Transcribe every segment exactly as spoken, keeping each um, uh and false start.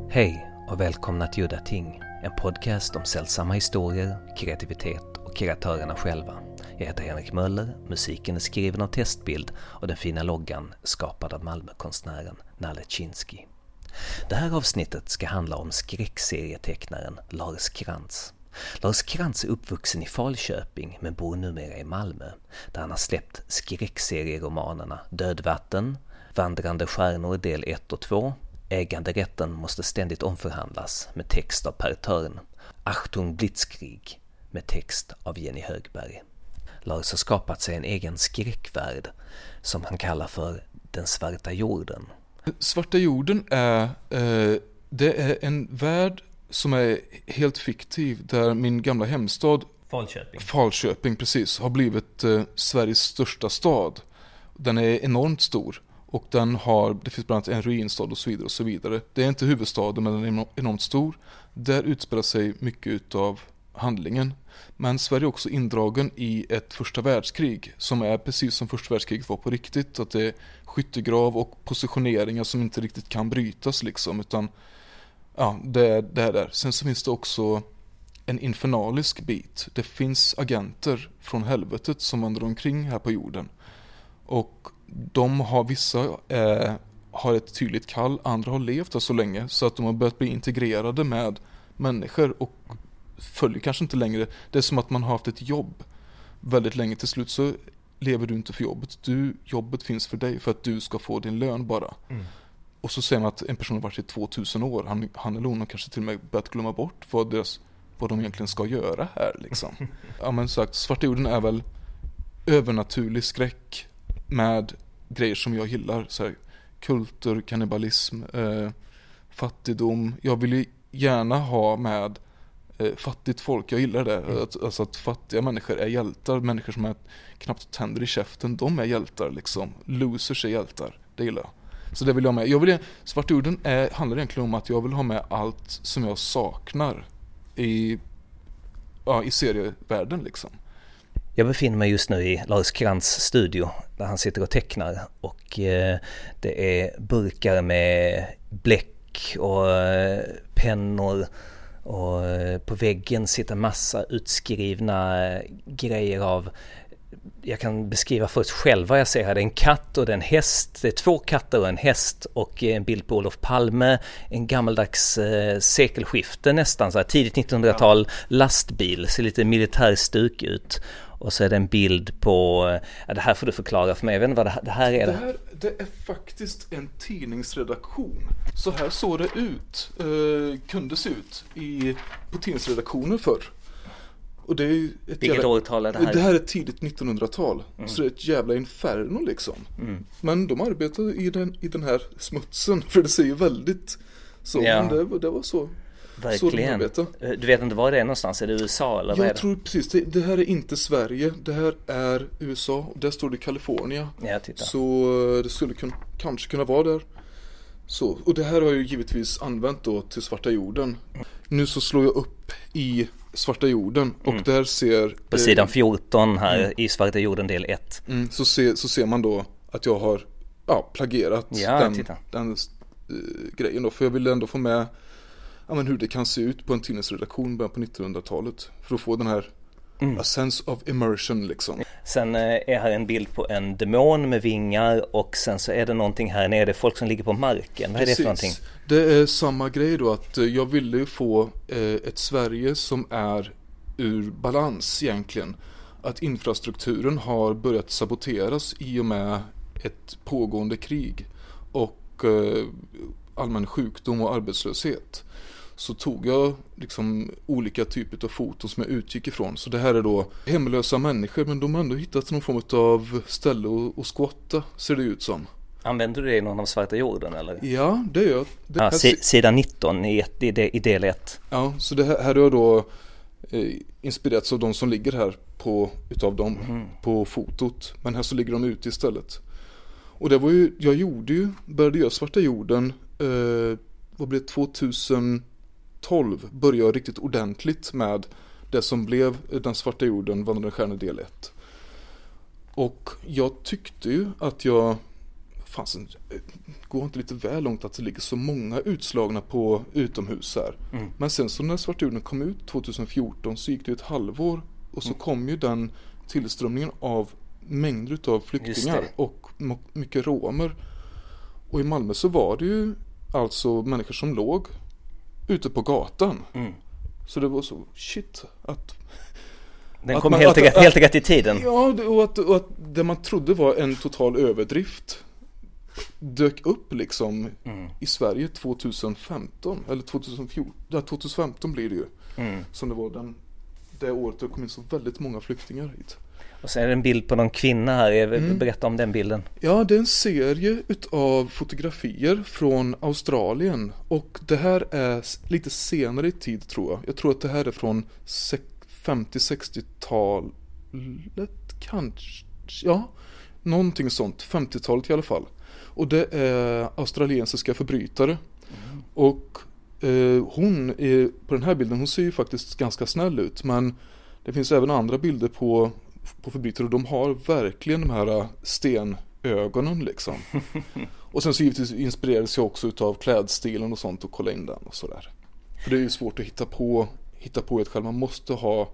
Hej och välkomna till Udda Ting, en podcast om sällsamma historier, kreativitet och kreatörerna själva. Jag heter Henrik Möller, musiken är skriven av Testbild och den fina loggan skapad av Malmökonstnären Nalle Chinsky. Det här avsnittet ska handla om skräckserietecknaren Lars Krantz. Lars Krantz är uppvuxen i Falköping men bor numera i Malmö, där han har släppt skräckserieromanerna Dödvatten, Vandrande stjärnor del ett och två, Äganderätten måste ständigt omförhandlas med text av Per Törn, Achtung Blitzkrieg med text av Jenny Högberg. Lars har skapat sig en egen skräckvärld som han kallar för Den svarta jorden. Svarta jorden är, eh, det är en värld som är helt fiktiv, där min gamla hemstad Falköping, Falköping precis, har blivit eh, Sveriges största stad. Den är enormt stor. Och den har, det finns bland annat en ruinstad och så vidare och så vidare. Det är inte huvudstaden, men den är enormt stor. Där utspelar sig mycket av handlingen. Men Sverige är också indragen i ett första världskrig som är precis som första världskriget var på riktigt. Att det är skyttegrav och positioneringar som inte riktigt kan brytas liksom. Utan ja, det är det är där. Sen så finns det också en infernalisk bit. Det finns agenter från helvetet som vandrar omkring här på jorden. Och de har vissa eh, har ett tydligt kall, andra har levt där så länge så att de har börjat bli integrerade med människor och följer kanske inte längre. Det är som att man har haft ett jobb väldigt länge, till slut så lever du inte för jobbet. Du, jobbet finns för dig för att du ska få din lön bara. Mm. Och så säger man att en person har varit i tvåtusen år. Han, han eller hon har kanske till och med börjat glömma bort vad, deras, vad de egentligen ska göra här liksom. Ja, men sagt, svarta jorden är väl övernaturlig skräck med grejer som jag gillar, så här, kultur, kannibalism, eh, fattigdom. Jag vill ju gärna ha med eh, fattigt folk. Jag gillar det. Mm. Att, alltså att fattiga människor är hjältar. Människor som har knappt tänder i käften, de är hjältar liksom. Losers är hjältar. Det gillar jag. Så det vill jag ha med. Jag vill, Svarta jorden är, handlar egentligen om att jag vill ha med allt som jag saknar i, ja, i serievärlden liksom. Jag befinner mig just nu i Lars Krantz studio där han sitter och tecknar och eh, det är burkar med bläck och eh, pennor och eh, på väggen sitter massa utskrivna eh, grejer av, jag kan beskriva först själv vad jag ser här. Det är en katt och det är en häst, det är två katter och en häst och en bild på Olof Palme, en gammaldags eh, sekelskifte nästan, så här, tidigt nittonhundratal lastbil, ser lite militärstuk ut. Och så är det en bild på, ja, det här får du förklara för mig, jag vet inte vad det här, det här är. Det här det är faktiskt en tidningsredaktion. Så här såg det ut, eh, kunde se ut i, på tidningsredaktioner förr. Och det är ju ett Vilket jävla, årtal är det här? Det här är tidigt nittonhundratal. Mm. Så det är ett jävla inferno liksom. Mm. Men de arbetade i den, i den här smutsen, för det ser ju väldigt så, ja. Men det, det var så. Verkligen. Du vet inte var det är någonstans? Är det U S A eller vad är det? Jag tror precis, det, det här är inte Sverige. Det här är U S A och där står det Kalifornien. Ja, titta. Så det skulle kun, kanske kunna vara där. Så, och det här har jag ju givetvis använt då till Svarta jorden. Mm. Nu så slår jag upp i Svarta jorden och mm. där ser... På sidan fjorton här mm. i Svarta jorden del ett. Mm, så, ser, så ser man då att jag har ja, plagierat ja, den, den uh, grejen då. För jag ville ändå få med ja, men hur det kan se ut på en tidningsredaktion början på nittonhundratalet. För att få den här mm. a sense of immersion liksom. Sen är här en bild på en demon med vingar och sen så är det någonting här nere, det är folk som ligger på marken. Vad är Precis. det för någonting? Det är samma grej då, att jag ville ju få eh, ett Sverige som är ur balans egentligen. Att infrastrukturen har börjat saboteras i och med ett pågående krig och eh, allmän sjukdom och arbetslöshet. Så tog jag liksom olika typer av foton som jag utgick ifrån. Så det här är då hemlösa människor, men de har ändå hittat någon form av ställe och, och squatta, ser det ut som. Använder du det i någon av Svarta jorden eller? Ja, det gör jag. Det ja, si- sidan nitton i, ett, i, i del ett. Ja, så det här, här är då eh, inspirerats av de som ligger här på, utav dem mm. på fotot. Men här så ligger de ute istället. Och det var ju, jag gjorde ju, började göra Svarta jorden, eh, vad blev det, tjugohundratolv började jag riktigt ordentligt med det som blev Den svarta jorden, Vandrande stjärnor del ett. Och jag tyckte ju att jag fanns en, går inte lite väl långt att det ligger så många utslagna på utomhus här. Mm. Men sen så när Svartjorden kom ut tjugohundrafjorton så gick det ett halvår och så mm. kom ju den tillströmningen av mängder av flyktingar och mycket romer. Och i Malmö så var det ju alltså människor som låg ute på gatan. Mm. Så det var så, shit, att... Den kom man, helt, att, rätt, att, helt rätt i tiden. Ja, och att, och att det man trodde var en total överdrift dök upp liksom mm. i Sverige tjugohundrafemton. Eller tjugohundrafjorton, ja, tjugohundrafemton blir det ju. Mm. Som det var den, det året det kom in så väldigt många flyktingar hit. Och så är det en bild på någon kvinna här. Mm. Berätta om den bilden. Ja, det är en serie utav fotografier från Australien. Och det här är lite senare i tid tror jag. Jag tror att det här är från femtio-sextiotalet kanske. Ja, någonting sånt. femtiotalet i alla fall. Och det är australiensiska förbrytare. Mm. Och eh, hon är, på den här bilden, hon ser ju faktiskt ganska snäll ut. Men det finns även andra bilder på på förbrytare och de har verkligen de här stenögonen liksom. Och sen så givetvis inspirerades jag också utav klädstilen och sånt och kolla in den och sådär. För det är ju svårt att hitta på hitta på ett själv. Man måste ha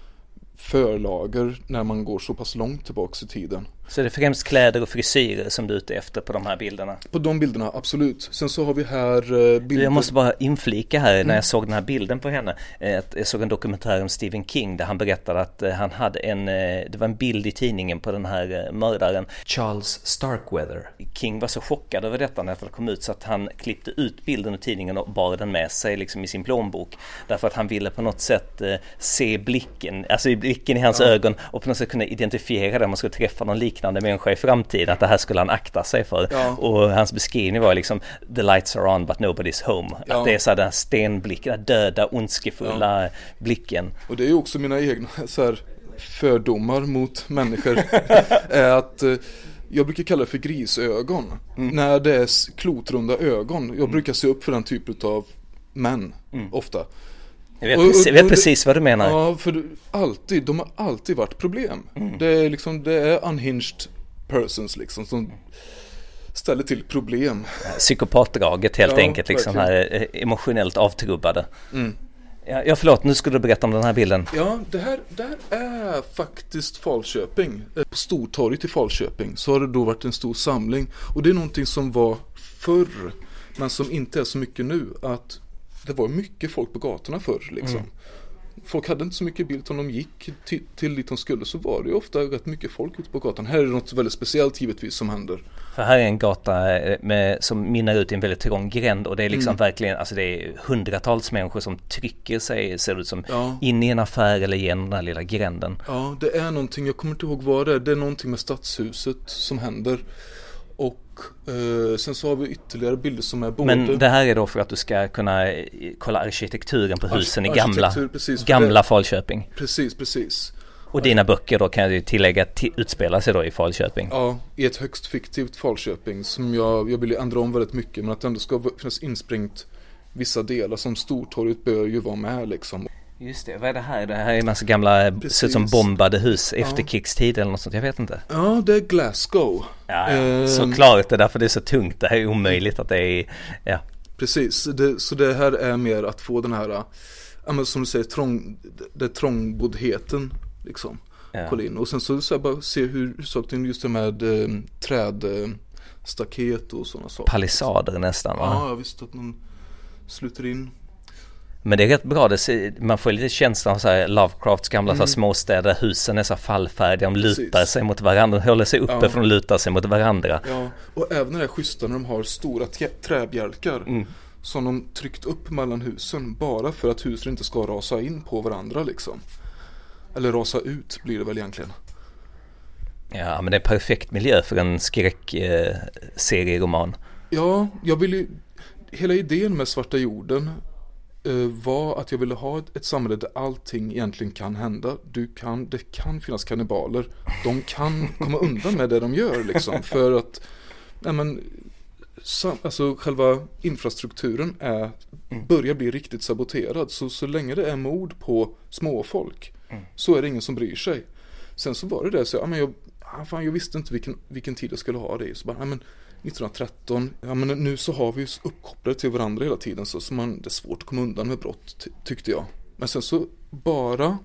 förlager när man går så pass långt tillbaka i tiden. Så det är främst kläder och frisyrer som du är ute efter på de här bilderna? På de bilderna, absolut. Sen så har vi här uh, bilder... Jag måste bara inflika här mm. när jag såg den här bilden på henne. Eh, jag såg en dokumentär om Stephen King där han berättade att eh, han hade en, eh, det var en bild i tidningen på den här eh, mördaren Charles Starkweather. King var så chockad över detta när det kom ut så att han klippte ut bilden ur tidningen och bar den med sig liksom i sin plånbok. Därför att han ville på något sätt eh, se blicken, alltså i blicken i hans ja. ögon och på något sätt kunna identifiera det. Man skulle träffa någon liknande människa i framtiden, att det här skulle han akta sig för. Ja. Och hans beskrivning var liksom the lights are on but nobody's home. Ja. Att det är så här den stenblicken, den döda, ondskefulla ja. blicken. Och det är ju också mina egna så här, fördomar mot människor är att eh, jag brukar kalla det för grisögon. Mm. När det är klotrunda ögon. Jag mm. brukar se upp för den typen av män mm. ofta. Jag vet, och, och, jag vet precis vad du menar. Ja, för alltid, de har alltid varit problem. Mm. Det är liksom, det är unhinged persons liksom som ställer till problem. Psykopatdraget helt ja, enkelt, liksom här emotionellt avtrubbade. Mm. Ja, ja, förlåt, nu skulle du berätta om den här bilden. Ja, det här, det här är faktiskt Falköping. På Stortorget i Falköping så har det då varit en stor samling. Och det är någonting som var förr, men som inte är så mycket nu, att det var mycket folk på gatorna förr liksom. Mm. Folk hade inte så mycket bild om de gick till, till dit de skulle, så var det ju ofta rätt mycket folk ute på gatan. Här är det något väldigt speciellt givetvis som händer. För här är en gata med, som minnar ut i en väldigt trång gränd och det är liksom mm. verkligen, alltså det är hundratals människor som trycker sig, ser ut som ja. in i en affär eller genom den här lilla gränden. Ja, det är någonting, jag kommer inte ihåg vad det är, det är någonting med stadshuset som händer. Och eh, sen så har vi ytterligare bilder som är både... Men det här är då för att du ska kunna kolla arkitekturen på husen Ar- i gamla, precis, gamla Falköping. Precis, precis. Och dina böcker då kan jag ju tillägga t- utspelar sig då i Falköping. Ja, i ett högst fiktivt Falköping som jag, jag vill ju ändra om väldigt mycket, men att det ändå ska finnas inspringt vissa delar som Stortorget bör ju vara med liksom. Just det, vad är det här? Det här är en massa gamla, ser ut som bombade hus, ja. efterkrigstid eller något sånt, jag vet inte. Ja, det är Glasgow. Ja, ja. Eh, såklart, det är därför det är så tungt, det här är omöjligt att det är, ja. Precis, det, så det här är mer att få den här, ja, men som du säger, trång, det trångboddheten liksom, ja. kolla in. Och sen så, så bara se hur saken just det med eh, trädstaket och sådana saker. Palissader nästan, va? Ja, jag visste att man sluter in. Men det är rätt bra, det ser, man får lite känslan av så här Lovecrafts gamla mm. så här småstäder, husen är så fallfärdiga, de lutar Precis. sig mot varandra, de håller sig uppe ja. för de lutar sig mot varandra. Ja, och även när det är schyssta när de har stora t- träbjälkar mm. som de tryckt upp mellan husen bara för att husen inte ska rasa in på varandra liksom. Eller rasa ut blir det väl egentligen. Ja, men det är perfekt miljö för en skräckserieroman. Ja, jag vill ju, hela idén med Svarta jorden var att jag ville ha ett, ett samhälle där allting egentligen kan hända. Du kan, det kan finnas kannibaler. De kan komma undan med det de gör liksom, för att nej men, sam, alltså själva infrastrukturen är, börjar bli riktigt saboterad. Så, så länge det är mord på småfolk mm. så är det ingen som bryr sig. Sen så var det det så ja, men jag, fan, jag visste inte vilken, vilken tid jag skulle ha det. Så bara, ja, men, nittonhundratretton. Ja, men nu så har vi ju uppkopplade till varandra hela tiden, så, så man, det är svårt att komma undan med brott, ty- tyckte jag. Men sen så bara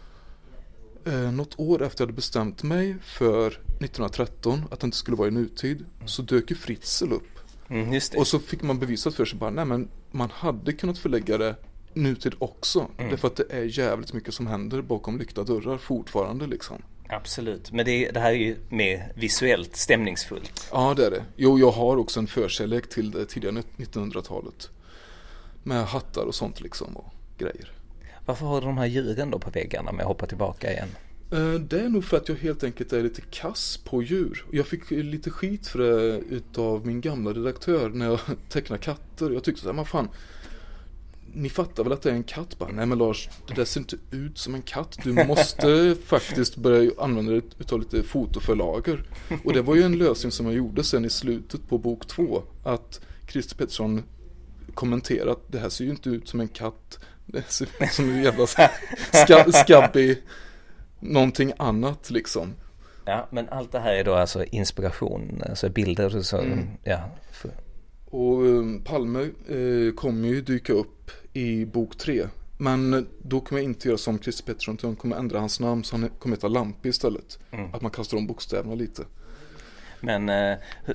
eh, något år efter jag hade bestämt mig för nittonhundratretton att det inte skulle vara i nutid, så dök ju Fritzl upp. Mm, just det. Och så fick man bevisat för sig bara, nej men man hade kunnat förlägga det nutid också. Mm. Därför att det är jävligt mycket som händer bakom lyckta dörrar fortfarande liksom. Absolut, men det, det här är ju mer visuellt stämningsfullt. Ja, det är det. Jo, jag har också en förkärlek till det tidigare nittonhundratalet. Med hattar och sånt liksom och grejer. Varför har du de här djuren då på väggarna, med att hoppa tillbaka igen? Det är nog för att jag helt enkelt är lite kass på djur. Jag fick lite skit för det utav min gamla redaktör när jag tecknade katter. Jag tyckte så här, men fan, ni fattar väl att det är en katt? Bara, nej men Lars, det där ser inte ut som en katt. Du måste faktiskt börja använda det utav lite fotoförlager. Och det var ju en lösning som jag gjorde sen i slutet på bok två. Att Christer Pettersson kommenterade att det här ser ju inte ut som en katt. Det ser ut som en jävla ska, skabbig någonting annat liksom. Ja, men allt det här är då alltså inspiration, alltså bilder och så, mm. ja. För... Och um, Palme eh, kommer ju dyka upp i bok tre. Men då kommer jag inte göra som Christer Pettersson, utan jag kommer ändra hans namn så han kommer heta Lampi istället. Mm. Att man kastar om bokstäverna lite. Men eh,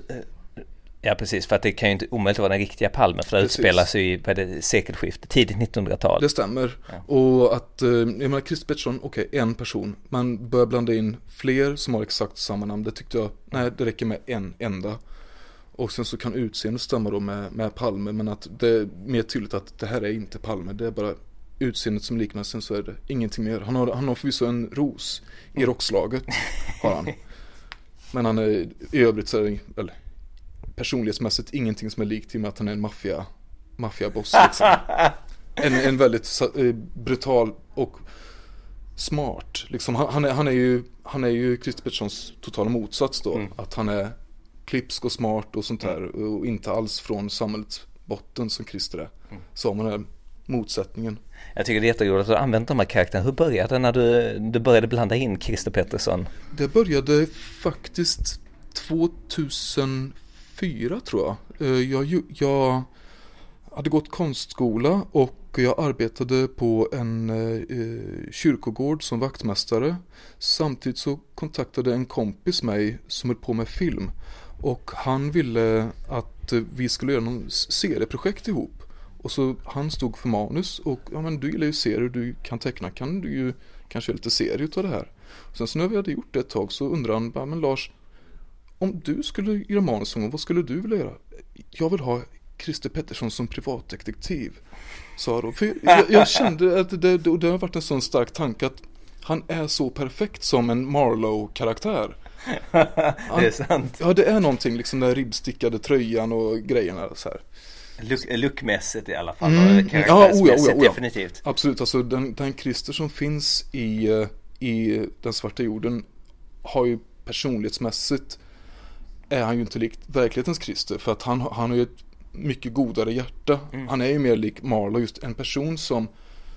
ja, precis, för att det kan ju inte omöjligt vara den riktiga Palme, för det precis. utspelar sig ju på det sekelskiftet, tidigt nittonhundratal. Det stämmer. Ja. Och att, jag menar, Christer Pettersson, okej, okay, en person. Man börjar blanda in fler som har exakt samma namn. Det tyckte jag, nej, det räcker med en enda. Och sen så kan utseendet stämma då med, med Palme, men att det är mer tydligt att det här är inte Palme, det är bara utseendet som liknar, sen så är det ingenting mer. Han har, han har förvisso en ros i rockslaget, har han. Men han är i övrigt så är det, eller personlighetsmässigt ingenting som är likt i med att han är en maffia maffiaboss liksom. en, en väldigt uh, brutal och smart liksom. han, han, är, han är ju han är ju Christer Petterssons totala motsats då, mm. att han är klipsk och smart och sånt där, mm. och inte alls från samhällets botten som Christer är. Mm. Så har man den här motsättningen. Jag tycker det är jätteroligt att du använt de här karaktärerna. Hur började det när du, du började blanda in Christer Pettersson? Det började faktiskt tvåtusenfyra tror jag. Jag, jag hade gått konstskola och jag arbetade på en eh, kyrkogård som vaktmästare. Samtidigt så kontaktade en kompis mig som höll på med film. Och han ville att vi skulle göra någon serieprojekt ihop. Och så han stod för manus och ja, men du gillar ju serier, du kan teckna, kan du ju kanske göra lite serie utav det här. Och sen så när vi hade gjort det ett tag så undrade han bara, men Lars, om du skulle göra manus, vad skulle du vilja göra? Jag vill ha Christer Pettersson som privatdetektiv, sa då. För jag, jag kände att det, det, det har varit en sån stark tanke att han är så perfekt som en Marlowe-karaktär. Han, det är sant. Ja, det är någonting liksom, den ribbstickade tröjan och grejerna så här. Look, lookmässigt i alla fall. Mm. Ja, oja, oja, oja. Definitivt. Absolut, alltså den, den Christer som finns i, i Den svarta jorden har ju personlighetsmässigt är han ju inte likt verklighetens Christer, för att han, han har ju ett mycket godare hjärta. Mm. Han är ju mer lik Marlowe, just en person som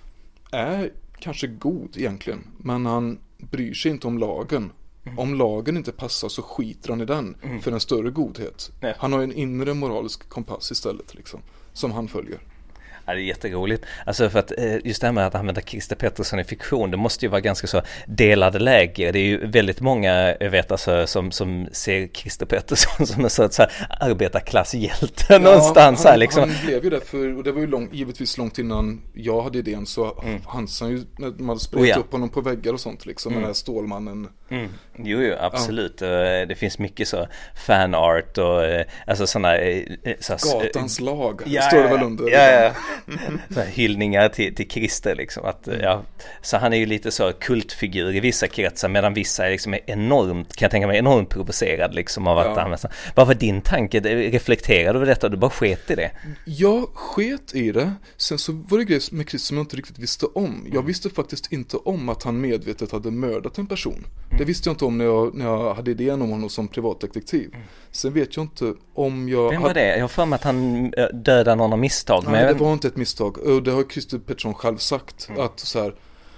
är kanske god egentligen, men han bryr sig inte om lagen. Mm. Om lagen inte passar så skiter han i den mm. för en större godhet. Nej. Han har en inre moralisk kompass istället liksom, som han följer. Ja, det är jätteroligt. Alltså för att just det här med att använda Christer Pettersson i fiktion, det måste ju vara ganska så delade läger. Det är ju väldigt många, jag vet alltså, som, som ser Christer Pettersson som en sorts arbetarklasshjälte ja, någonstans han, här liksom. Han blev ju det, för, och det var ju lång, givetvis långt innan jag hade idén, så mm. hans han ju, när man hade sprayat oh, ja. upp honom på väggar och sånt liksom, mm. den här Stålmannen. Mm. Jo, jo, absolut. Ja. Det finns mycket så fanart och alltså sådana så, Gatans lag, ja, står det väl under. Ja, ja. Så hyllningar till, till Christer liksom, att, ja. Så han är ju lite så kultfigur i vissa kretsar, medan vissa är liksom enormt, kan jag tänka mig, enormt provocerad liksom av att ja. använda. Vad var din tanke? Reflekterade du över detta? Du bara sket i det? Jag sket i det. Sen så var det grejer med Christer som jag inte riktigt visste om. Jag visste faktiskt inte om att han medvetet hade mördat en person. Mm. Det visste jag inte om när jag, när jag hade idén om honom som privatdetektiv. Mm. Sen vet jag inte om jag... Vem var hade... det? Jag har för mig att han dödade någon av misstag. Nej, men det var inte ett misstag. Och det har Christer Pettersson själv sagt. Mm. Att så här,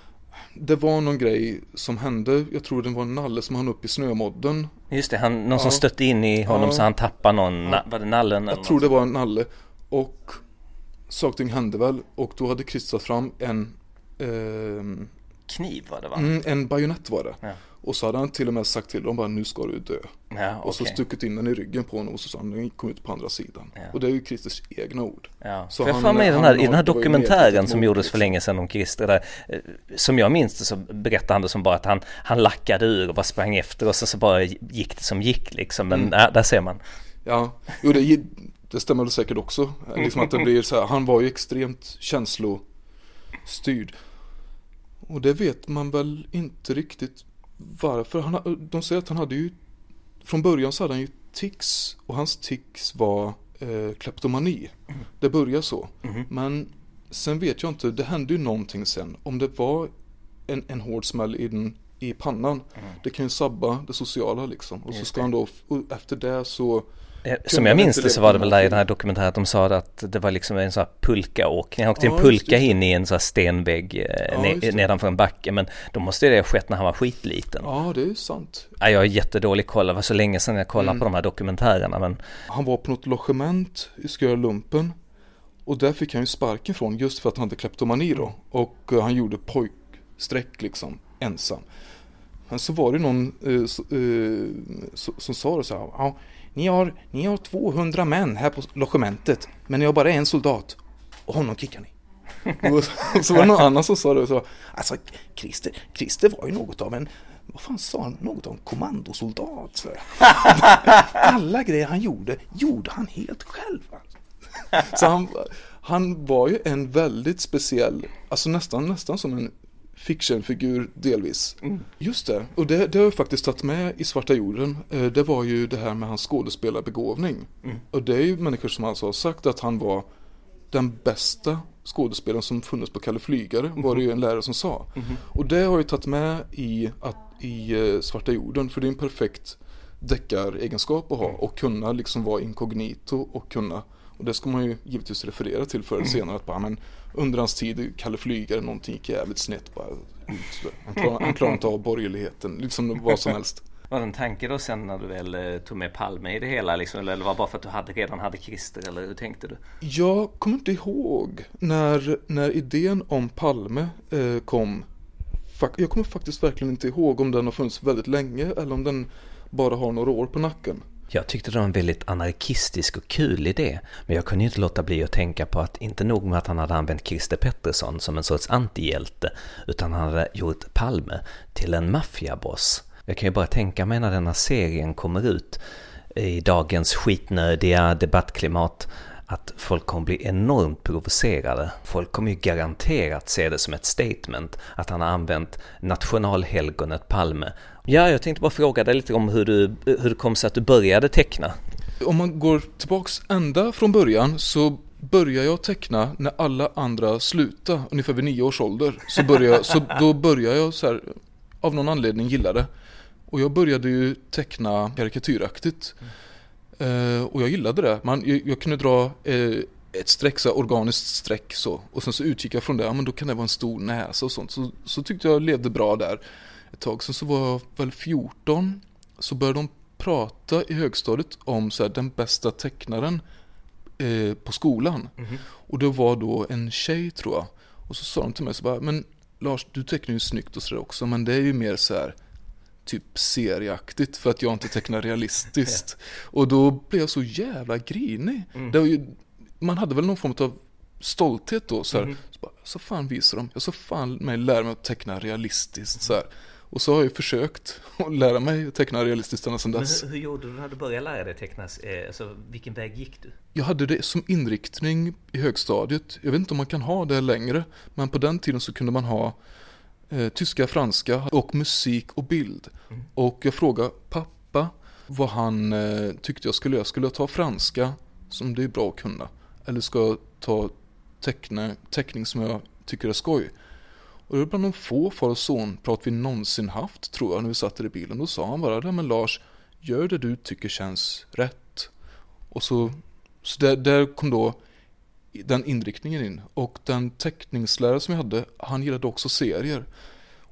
det var någon grej som hände. Jag tror det var en nalle som han upp i snömodden. Just det, han, någon ja. som stötte in i honom ja. så han tappade någon, ja. var det nallen? Jag tror det var en nalle. Och saker hände väl. Och då hade Christer fram en... Eh, kniv var det va? Mm, en bajonett var det. Ja. Och så hade han till och med sagt till dem bara, nu ska du dö. Ja, okay. Och så stuckit in den i ryggen på honom och så sa han, den kom ut på andra sidan. Ja. Och det är ju Christers egna ord. Ja. Så för han, jag med den här, i den här dokumentären som gjordes liksom. för länge sedan om Christer där, som jag minns det så berättade han det som bara att han, han lackade ur och bara sprang efter och så, så bara gick det som gick liksom. Men mm. äh, där ser man. Ja, jo, det, det stämmer väl säkert också. Liksom att det blir så här, han var ju extremt känslostyrd. Och det vet man väl inte riktigt varför. Han, de säger att han hade ju, från början så hade han ju tics, och hans tics var eh, kleptomani. Mm. Det började så. Mm. Men sen vet jag inte, det hände ju någonting sen. Om det var en, en hård smäll i, den, i pannan, mm. det kan ju sabba det sociala liksom. Och Just så ska det. han då, och efter det så... Som jag minns det så var det väl där i den här dokumentären att de sa att det var liksom en sån här pulkaåkning. Han åkte ja, en pulka in i en sån här stenvägg ja, ne- nedanför en backe. Men då måste det ha skett när han var skitliten. Ja, det är sant. Ja, jag har jättedålig koll. Det var så länge sedan jag kollade mm. på de här dokumentärerna. Men... Han var på något logement i Skörlumpen. Och där fick han ju sparken från just för att han hade kleptomani då. Och uh, han gjorde pojksträck liksom ensam. Men så var det någon uh, så, uh, så, som sa det så här... Ja, Ni har, ni har tvåhundra män här på logementet, men ni har bara en soldat. Och honom kickar ni. Och så var det någon annan som sa det. Så, alltså, Christer, Christer var ju något av en, vad fan sa han? Något av en kommandosoldat. Så. Alla grejer han gjorde, gjorde han helt själv. Så han, han var ju en väldigt speciell, alltså nästan, nästan som en fictionfigur delvis. Mm. Just det. Och det, det har jag faktiskt tagit med i Svarta jorden. Eh, det var ju det här med hans skådespelarbegåvning. Mm. Och det är ju människor som alltså har sagt att han var den bästa skådespelaren som funnits på Kalle Flygare. Mm. Var det ju en lärare som sa. Mm. Och det har jag tagit med i, att, i uh, Svarta jorden. För det är en perfekt deckaregenskap att ha. Och kunna liksom vara inkognito och kunna... Och det ska man ju givetvis referera till förr eller senare. Att bara, men under hans tid, Kalle Flygare, någonting gick jävligt snett. Bara, han klarade han klar inte av borgerligheten, liksom vad som helst. Var det en tanke då sen när du väl eh, tog med Palme i det hela? Liksom, eller var det bara för att du hade, redan hade Christer? Eller hur tänkte du? Jag kommer inte ihåg när, när idén om Palme eh, kom. Jag kommer faktiskt verkligen inte ihåg om den har funnits väldigt länge eller om den bara har några år på nacken. Jag tyckte det var en väldigt anarkistisk och kul idé. Men jag kunde inte låta bli att tänka på att inte nog med att han hade använt Christer Pettersson som en sorts antihjälte, utan han hade gjort Palme till en maffiaboss. Jag kan ju bara tänka mig när denna serien kommer ut i dagens skitnödiga debattklimat att folk kommer bli enormt provocerade. Folk kommer ju garanterat se det som ett statement att han har använt nationalhelgonet Palme. Ja, jag tänkte bara fråga dig lite om hur, du, hur det kom sig att du började teckna. Om man går tillbaks ända från början så började jag teckna när alla andra slutade, ungefär vid nio års ålder. Så, började, så då började jag så här, av någon anledning gilla det. Och jag började ju teckna karikatyraktigt. Mm. Uh, och jag gillade det. Man, jag, jag kunde dra uh, ett streck, så här, organiskt streck så. Och sen så utgick jag från det. Ja, men då kan det vara en stor näsa och sånt. Så, så tyckte jag levde bra där ett tag. Sen så var jag väl fjorton. Så började de prata i högstadiet om så här, den bästa tecknaren uh, på skolan. Mm-hmm. Och det var då en tjej tror jag. Och så sa de till mig så bara, men Lars, du tecknar ju snyggt och sådär också. Men det är ju mer så här typ serieaktigt för att jag inte tecknar realistiskt. Och då blev jag så jävla grinig. Mm. Det var ju, man hade väl någon form av stolthet då. Så, här, mm. så, bara, så fan visar de. Jag så fan mig lära mig att teckna realistiskt. Så här. Och så har jag försökt att lära mig att teckna realistiskt ända sedan dess. Men hur, hur gjorde du när du började lära dig teckna? Alltså, vilken väg gick du? Jag hade det som inriktning i högstadiet. Jag vet inte om man kan ha det längre. Men på den tiden så kunde man ha Eh, tyska, franska och musik och bild. Mm. Och jag frågade pappa vad han eh, tyckte jag skulle göra. Skulle jag ta franska, som det är bra att kunna? Eller ska jag ta teckna, teckning som jag tycker är skoj? Och det var bland de få far och son prat vi någonsin haft, tror jag, när vi satt i bilen. Då sa han bara, men Lars, gör det du tycker känns rätt. Och så, så där, där kom då den inriktningen in. Och den teckningslärare som jag hade, han gillade också serier.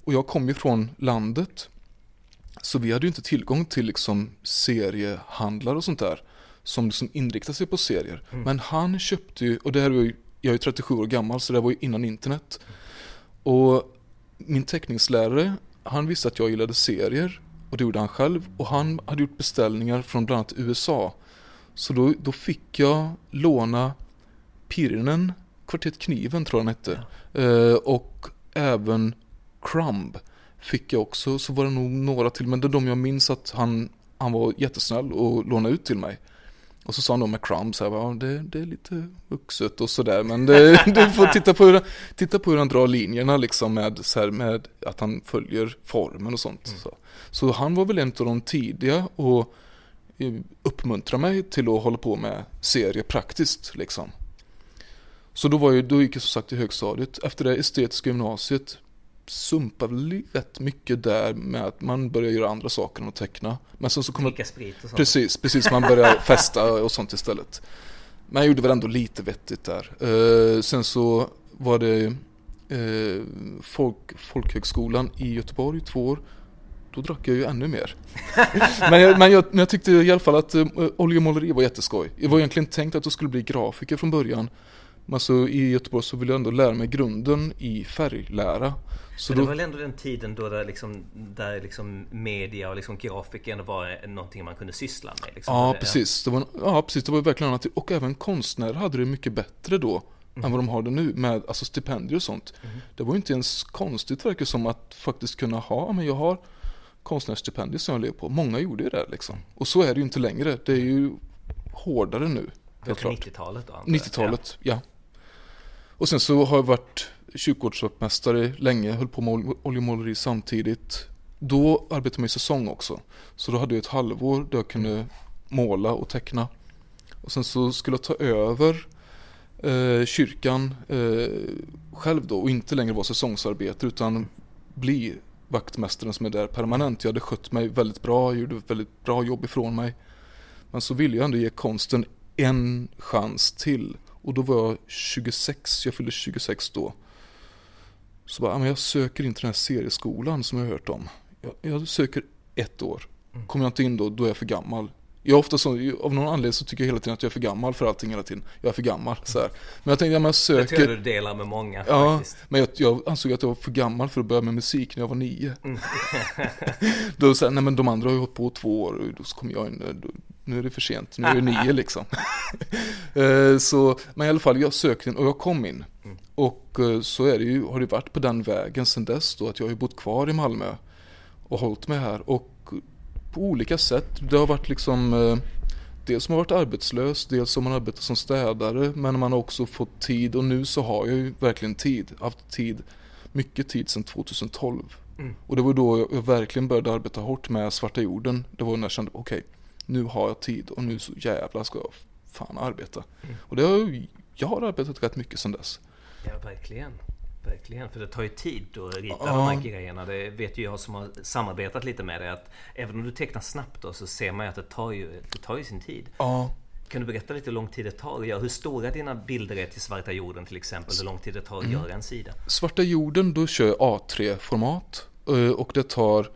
och jag kom ju från landet. Så vi hade ju inte tillgång till liksom seriehandlare och sånt där som liksom inriktar sig på serier. Mm. Men han köpte ju, och det här var ju, jag är ju trettiosju år gammal så det var ju innan internet. Mm. Och min teckningslärare, han visste att jag gillade serier och det gjorde han själv. Och han hade gjort beställningar från bland annat U S A. Så då, då fick jag låna Pirinen, Kvartett Kniven tror jag han hette. Ja. Eh, och även Crumb fick jag också, så var det nog några till, men det är de jag minns att han, han var jättesnäll och lånade ut till mig. Och så sa han då med Crumb så här, ja, det, det är lite vuxet och sådär, men det, du får titta på, hur, titta på hur han drar linjerna liksom med, så här, med att han följer formen och sånt. Mm. Så. så han var väl en av de tidiga och uppmuntra mig till att hålla på med serier praktiskt liksom. Så då, var jag, då gick jag så sagt till högstadiet. Efter det estetiska gymnasiet sumpade väl rätt mycket där med att man börjar göra andra saker än att teckna. Men sen så kommer dricka sprit och sånt. Precis, precis man börjar festa och sånt istället. Men jag gjorde väl ändå lite vettigt där. Uh, sen så var det uh, folk, folkhögskolan i Göteborg två år. Då drack jag ju ännu mer. men, jag, men, jag, men jag tyckte i alla fall att uh, oljemåleri var jätteskoj. Jag var egentligen tänkt att jag skulle bli grafiker från början. Men så i Göteborg så ville jag ändå lära mig grunden i färglära. Så men det då, var väl ändå den tiden då det liksom, där liksom media och liksom grafiker ändå var någonting man kunde syssla med. Liksom. Ja, det, precis. Det var, ja, precis. Det var verkligen annat. Och även konstnärer hade det mycket bättre då mm. än vad de har det nu med alltså stipendier och sånt. Mm. Det var ju inte ens konstigt verkar som att faktiskt kunna ha, men jag har konstnärsstipendier som jag lever på. Många gjorde ju det liksom. Och så är det ju inte längre. Det är ju hårdare nu. Det var nittiotalet då? nittiotalet, ja. ja. Och sen så har jag varit kyrkogårdsvaktmästare länge, höll på med oljemåleri samtidigt. Då arbetade jag med säsong också. Så då hade jag ett halvår där jag kunde måla och teckna. Och sen så skulle jag ta över eh, kyrkan eh, själv då och inte längre vara säsongsarbetare utan bli vaktmästaren som är där permanent. Jag hade skött mig väldigt bra, gjorde ett väldigt bra jobb ifrån mig. Men så ville jag ändå ge konsten en chans till. Och då var jag tjugosex, jag fyllde tjugosex då. Så bara, men jag söker inte den här serieskolan som jag har hört om. Jag, jag söker ett år. Kommer jag inte in då, då är jag för gammal. Jag är ofta så, av någon anledning så tycker jag hela tiden att jag är för gammal för allting hela tiden. Jag är för gammal, så här. Men jag tänkte, ja, men jag söker... Det tror jag du delar med många, ja, faktiskt. Men jag, jag ansåg att jag var för gammal för att börja med musik när jag var nio. Mm. Då sa jag, nej men de andra har ju hållit på två år och då kom jag in, då, nu är det för sent, nu är det nio liksom. så, men i alla fall, jag sökte in och jag kom in. Mm. Och så är det ju, har det varit på den vägen sedan dess då, att jag har ju bott kvar i Malmö och hållit mig här. Och på olika sätt, det har varit liksom, dels som har varit arbetslös, dels som man arbetat som städare, men man har också fått tid och nu så har jag ju verkligen tid, haft tid, mycket tid sedan tjugohundratolv. Mm. Och det var då jag verkligen började arbeta hårt med Svarta jorden. Det var när jag kände, okej, okay, nu har jag tid och nu så jävla ska jag fan arbeta. Mm. Och det har, jag har arbetat rätt mycket sedan dess. Ja, verkligen. Verkligen, för det tar ju tid att rita ja. de här grejerna. Det vet ju jag som har samarbetat lite med det, att även om du tecknar snabbt då, så ser man ju att det tar ju, det tar ju sin tid. Ja. Kan du berätta lite hur lång tid det tar att göra? Hur stora dina bilder är till Svarta jorden till exempel? Hur lång tid det tar att mm. göra en sida? Svarta jorden, då kör jag A tre-format och det tar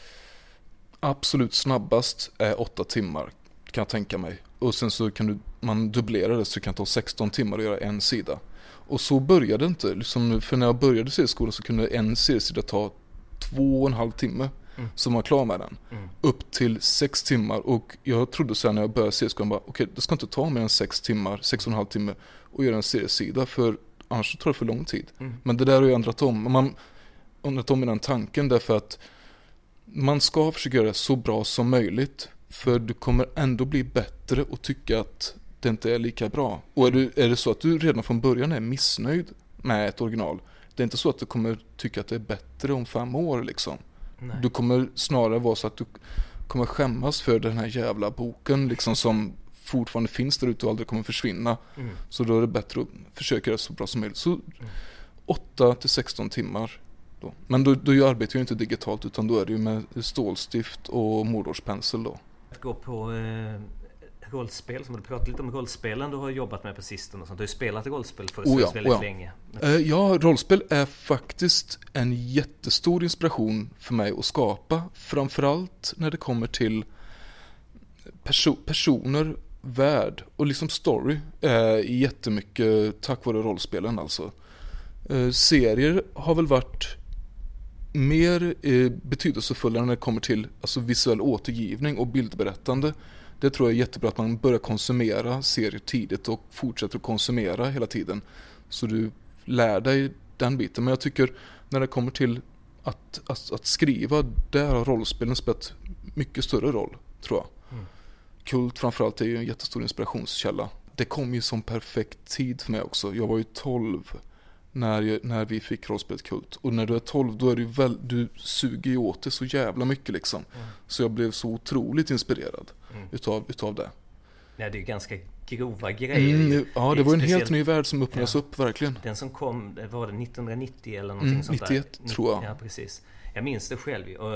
absolut snabbast är åtta timmar kan jag tänka mig. Och sen så kan du, man dubblera det så kan det ta sexton timmar att göra en sida. Och så började det inte. Liksom, för när jag började serieskolan så kunde en seriesida ta två och en halv timme. Mm. Så man var klar med den. Mm. Upp till sex timmar. Och jag trodde sen när jag började serieskolan bara, okej, okay, det ska inte ta mer än sex timmar, sex och en halv timme och göra en seriesida. För annars så tar det för lång tid. Mm. Men det där har jag ändrat om. Man har ändrat om i den tanken därför att man ska försöka göra det så bra som möjligt. För du kommer ändå bli bättre och tycka att det inte är lika bra. Och är, du, är det så att du redan från början är missnöjd med ett original, det är inte så att du kommer tycka att det är bättre om fem år liksom. Nej. Du kommer snarare vara så att du kommer skämmas för den här jävla boken liksom, som fortfarande finns där ute och aldrig kommer försvinna. Mm. Så då är det bättre att försöka göra det så bra som möjligt. Så mm. åtta till sexton timmar då. Men då, då arbetar jag inte digitalt utan då är det ju med stålstift och mordorspensel då. Att gå på eh, rollspel, som du pratade lite om rollspelen du har jobbat med på sistone och sånt. Du har ju spelat rollspel för oh ja, väldigt oh ja. länge. Men... Ja, rollspel är faktiskt en jättestor inspiration för mig att skapa. Framförallt när det kommer till perso- personer, värld och liksom story är jättemycket tack vare rollspelen alltså. Eh, serier har väl varit mer eh, betydelsefulla när det kommer till alltså, visuell återgivning och bildberättande. Det tror jag är jättebra att man börjar konsumera serier tidigt och fortsätter att konsumera hela tiden. Så du lär dig den biten. Men jag tycker när det kommer till att, att, att skriva, där har rollspelen spelat mycket större roll, tror jag. Mm. Kult framförallt är ju en jättestor inspirationskälla. Det kom ju som perfekt tid för mig också. Jag var ju tolv när, jag, när vi fick rollspelet Kult. Och när du är tolv då är du väl, du suger ju åt det så jävla mycket liksom. Mm. Så jag blev så otroligt inspirerad mm. utav, utav det. Ja, det är ganska grova grejer. Mm, ja, det var en helt ny värld som öppnades ja. upp, verkligen. Den som kom, var det nittonhundranittio eller någonting mm, sånt nittioett, där? tror jag. Ja, precis. Jag minns det själv. Och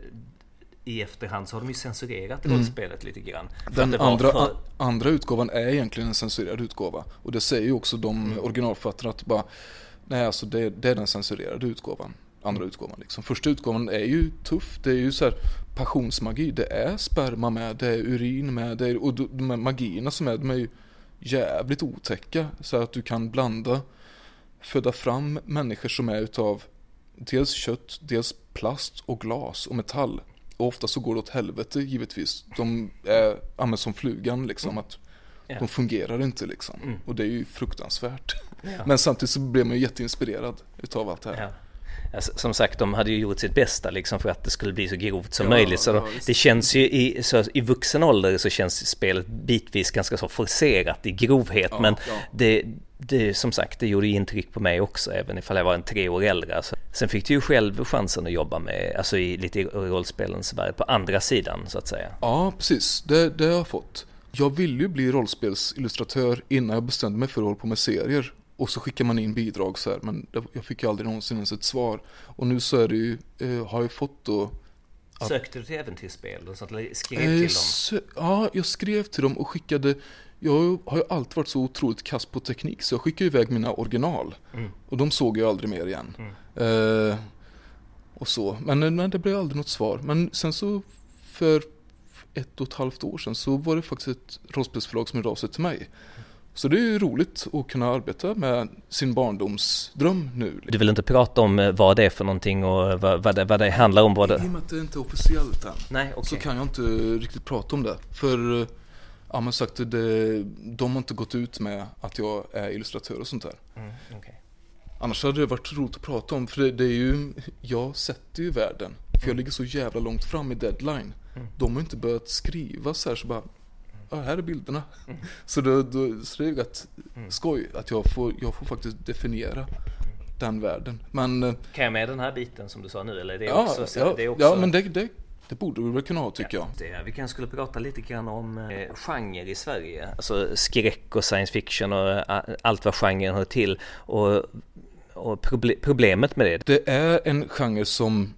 i efterhand så har de ju censurerat mm. rollspelet lite grann. Den andra, för... a- andra utgåvan är egentligen en censurerad utgåva. Och det säger ju också de mm. originalförfattarna att bara, nej alltså det, det är den censurerade utgåvan. Andra utgåvan liksom. Första utgåvan är ju tuff. Det är ju så här passionsmagi. Det är sperma med, det är urin med, det är, och de här magierna som är, de är ju jävligt otäcka. Så att du kan blanda, föda fram människor som är utav dels kött, dels plast och glas och metall. Och ofta så går det åt helvete givetvis. De är ja, som flugan liksom mm. att yeah. de fungerar inte liksom. Mm. Och det är ju fruktansvärt. Yeah. Men samtidigt så blev man ju jätteinspirerad utav allt det här. Yeah. Alltså, som sagt, de hade ju gjort sitt bästa liksom, för att det skulle bli så grovt som ja, möjligt. Så ja, de, det känns ju i, så, i vuxen ålder så känns spelet bitvis ganska så forcerat i grovhet. Ja, men ja. Det, det, som sagt, det gjorde intryck på mig också, även ifall jag var en tre år äldre. Alltså. Sen fick du ju själv chansen att jobba med, alltså i lite i rollspelens värld, på andra sidan så att säga. Ja, precis. Det, det har jag fått. Jag ville ju bli rollspelsillustratör innan jag bestämde mig för att hålla på med serier. Och så skickar man in bidrag så här, men jag fick ju aldrig någonsin ens ett svar. Och nu så är det ju, eh, har jag fått då... Att... Sökte du till äventyrsspel och sånt, eller skrev eh, till dem? Så, ja, jag skrev till dem och skickade... Jag har ju alltid varit så otroligt kass på teknik, så jag skickade iväg mina original. Mm. Och de såg jag aldrig mer igen. Mm. Eh, och så. Men, men det blev aldrig något svar. Men sen så för ett och ett halvt år sedan så var det faktiskt ett rollspelsförlag som hörde av sig till mig. Så det är ju roligt att kunna arbeta med sin barndomsdröm nu. Du vill inte prata om vad det är för någonting och vad, vad, det, vad det handlar om? Vad det... I och med att det inte är officiellt än. Nej, okay. Så kan jag inte riktigt prata om det. För, ja men sagt, det, de har inte gått ut med att jag är illustratör och sånt där. Mm, okay. Annars hade det varit roligt att prata om. För det, det är ju, jag sätter ju världen. För mm. jag ligger så jävla långt fram i deadline. Mm. De har inte börjat skriva så här så bara... Ja, här är bilderna. Mm. Så, då, då, så det är rätt mm. skoj att jag får, jag får faktiskt definiera den världen. Men, kan jag med den här biten som du sa nu? Eller det är ja, också, så ja, det är också... ja, men det, det, det borde vi väl kunna ha, tycker ja, jag. Det, vi kan skulle prata lite grann om eh, genre i Sverige. Alltså skräck och science fiction och allt vad genren hör till. Och, och proble- problemet med det. Det är en genre som...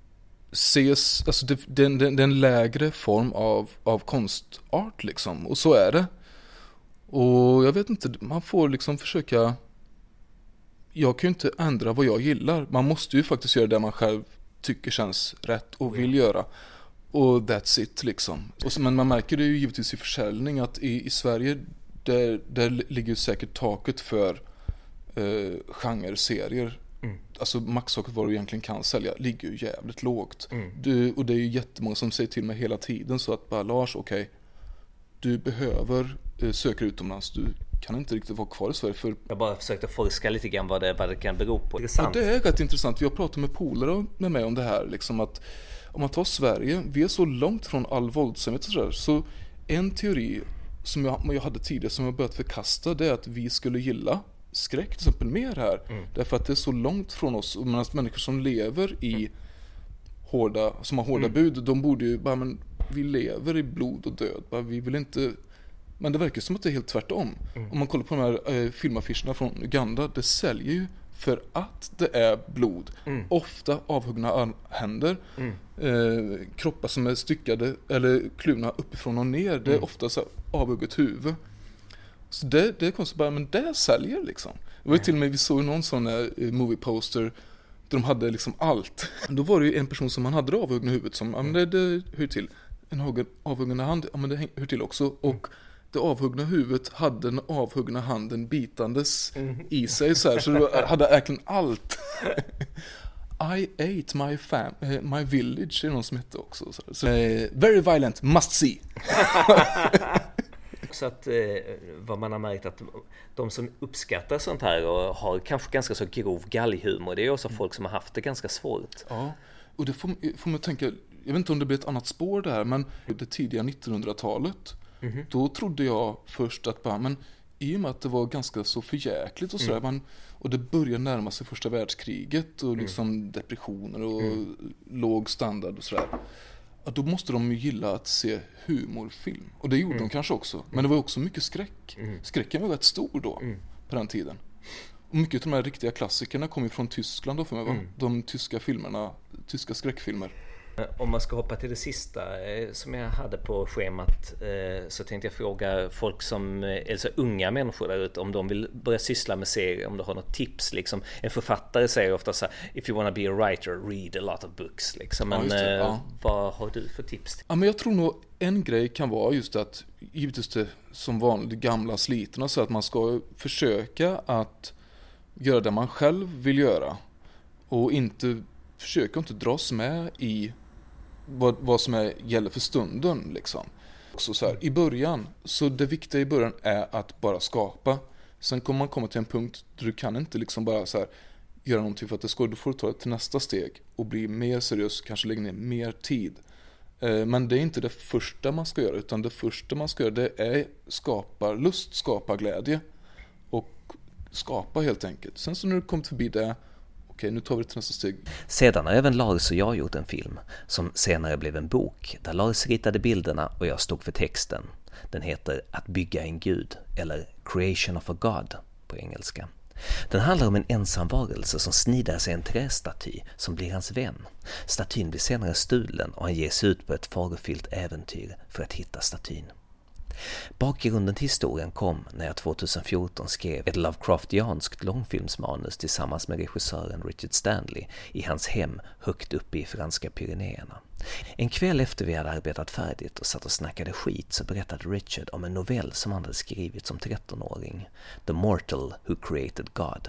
ses, alltså det, det, det, det är en lägre form av, av konstart liksom, och så är det. Och jag vet inte, man får liksom försöka, jag kan ju inte ändra vad jag gillar, man måste ju faktiskt göra det man själv tycker känns rätt och vill göra, och that's it liksom. Och så, men man märker det ju givetvis i försäljning att i, i Sverige där, där ligger ju säkert taket för eh, genre-serier. Mm. Alltså maxtaket vad du egentligen kan sälja ligger ju jävligt lågt. Mm. Du, och det är ju jättemånga som säger till mig hela tiden så att bara Lars, okej, okay, du behöver eh, söka utomlands. Du kan inte riktigt vara kvar i Sverige för... Jag bara försökte forska lite grann vad det, vad det kan bero på. Ja, det är rätt intressant. Vi har pratat med polare med mig om det här liksom, att om man tar Sverige, vi är så långt från all våldsamhet och sådär. Så en teori som jag, jag hade tidigare som jag börjat förkasta, det är att vi skulle gilla skräck till exempel mer här. Mm. Därför att det är så långt från oss. Och medan människor som lever i mm. hårda, som har hårda mm. bud, de borde ju bara, men vi lever i blod och död. Bara, vi vill inte... Men det verkar som att det är helt tvärtom. Mm. Om man kollar på de här eh, filmaffischerna från Uganda, det säljer ju för att det är blod. Mm. Ofta avhuggna händer, mm. eh, kroppar som är styckade eller kluvna uppifrån och ner. Det är mm. ofta så avhugget huvud. Så det, det är konstigt bara, men det säljer liksom. Det var ju till och med, vi såg någon sån här movie poster där de hade liksom allt. Då var det ju en person som man hade det avhuggna huvudet som, ja men det, det hör till. En avhuggna hand, ja men det hör till också. Och det avhuggna huvudet hade den avhuggna handen bitandes mm. i sig så här. Så det hade verkligen allt. I ate my fam, my village är någon som hette också. Så, så, uh, very violent, must see. Så att eh, vad man har märkt att de som uppskattar sånt här och har kanske ganska så grov galghumor, det är också mm. folk som har haft det ganska svårt. Ja, och det får, får man tänka, jag vet inte om det blir ett annat spår där, men det tidiga nittonhundratalet, mm-hmm. då trodde jag först att bara, men i och med att det var ganska så förjäkligt och sådär, mm. man, och det började närma sig första världskriget och liksom mm. depressioner och mm. låg standard och sådär. Ja, då måste de ju gilla att se humorfilm. Och det gjorde mm. de kanske också. Men det var också mycket skräck. Mm. Skräcken var rätt stor då, mm. på den tiden. Och mycket av de här riktiga klassikerna kom ju från Tyskland då för mig, va? Mm. De tyska filmerna, tyska skräckfilmer. Om man ska hoppa till det sista eh, som jag hade på schemat, eh, så tänkte jag fråga folk som, alltså unga människor där ute, om de vill börja syssla med serier, om du har något tips liksom. En författare säger ofta så här, if you wanna be a writer, read a lot of books liksom. Men ja, det, ja. vad har du för tips? Ja, men jag tror nog en grej kan vara just att, givetvis det som vanligt gamla sliterna, så att man ska försöka att göra det man själv vill göra och inte försöka inte dras med i vad, vad som är, gäller för stunden liksom. Så så här, i början, så det viktiga i början är att bara skapa. Sen kommer man komma till en punkt där du kan inte liksom bara så här göra någonting för att det ska, du får ta det till nästa steg och bli mer seriös, kanske lägga ner mer tid. Eh, men det är inte det första man ska göra, utan det första man ska göra, det är skapa lust, skapa glädje och skapa helt enkelt. Sen så när du kommer förbi det, okej, nu tar vi det till nästa steg. Sedan har även Lars och jag gjort en film som senare blev en bok där Lars ritade bilderna och jag stod för texten. Den heter Att bygga en gud, eller Creation of a God på engelska. Den handlar om en ensam varelse som snidar sig en trästaty som blir hans vän. Statyn blir senare stulen och han ger sig ut på ett farofyllt äventyr för att hitta statyn. Bakgrunden till historien kom när jag tjugohundrafjorton skrev ett Lovecraftianskt långfilmsmanus tillsammans med regissören Richard Stanley i hans hem högt uppe i franska Pyrenéerna. En kväll efter vi hade arbetat färdigt och satt och snackade skit så berättade Richard om en novell som han hade skrivit som trettonåring, The Mortal Who Created God.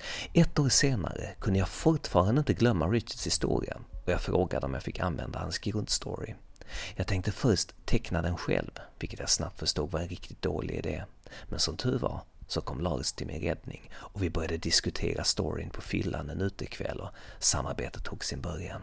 Ett år senare kunde jag fortfarande inte glömma Richards historia och jag frågade om jag fick använda hans grundstory. Jag tänkte först teckna den själv, vilket jag snabbt förstod var en riktigt dålig idé. Men som tur var så kom Lars till min räddning och vi började diskutera storyn på fyllan en utekväll och samarbetet tog sin början.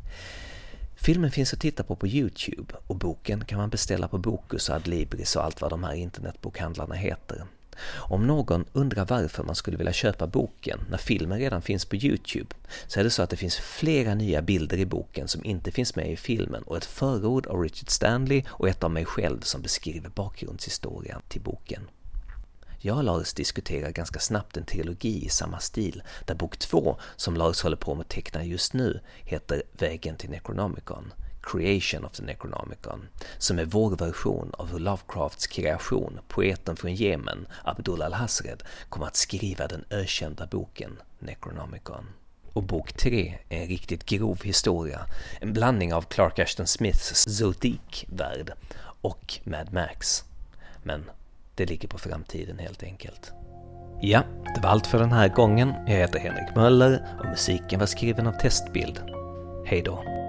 Filmen finns att titta på på YouTube och boken kan man beställa på Bokus och Adlibris och allt vad de här internetbokhandlarna heter. Om någon undrar varför man skulle vilja köpa boken när filmen redan finns på YouTube, så är det så att det finns flera nya bilder i boken som inte finns med i filmen och ett förord av Richard Stanley och ett av mig själv som beskriver bakgrundshistorien till boken. Jag och Lars diskuterar ganska snabbt en trilogi i samma stil där bok två, som Lars håller på med att teckna just nu, heter Vägen till Necronomicon, Creation of the Necronomicon, som är vår version av hur Lovecrafts kreation, poeten från Jemen, Abdul al-Hazred, kommer att skriva den ökända boken Necronomicon. Och bok tre är en riktigt grov historia, en blandning av Clark Ashton Smiths Zodiac-värld och Mad Max. Men det ligger på framtiden helt enkelt. Ja, det var allt för den här gången. Jag heter Henrik Möller och musiken var skriven av Testbild. Hej då!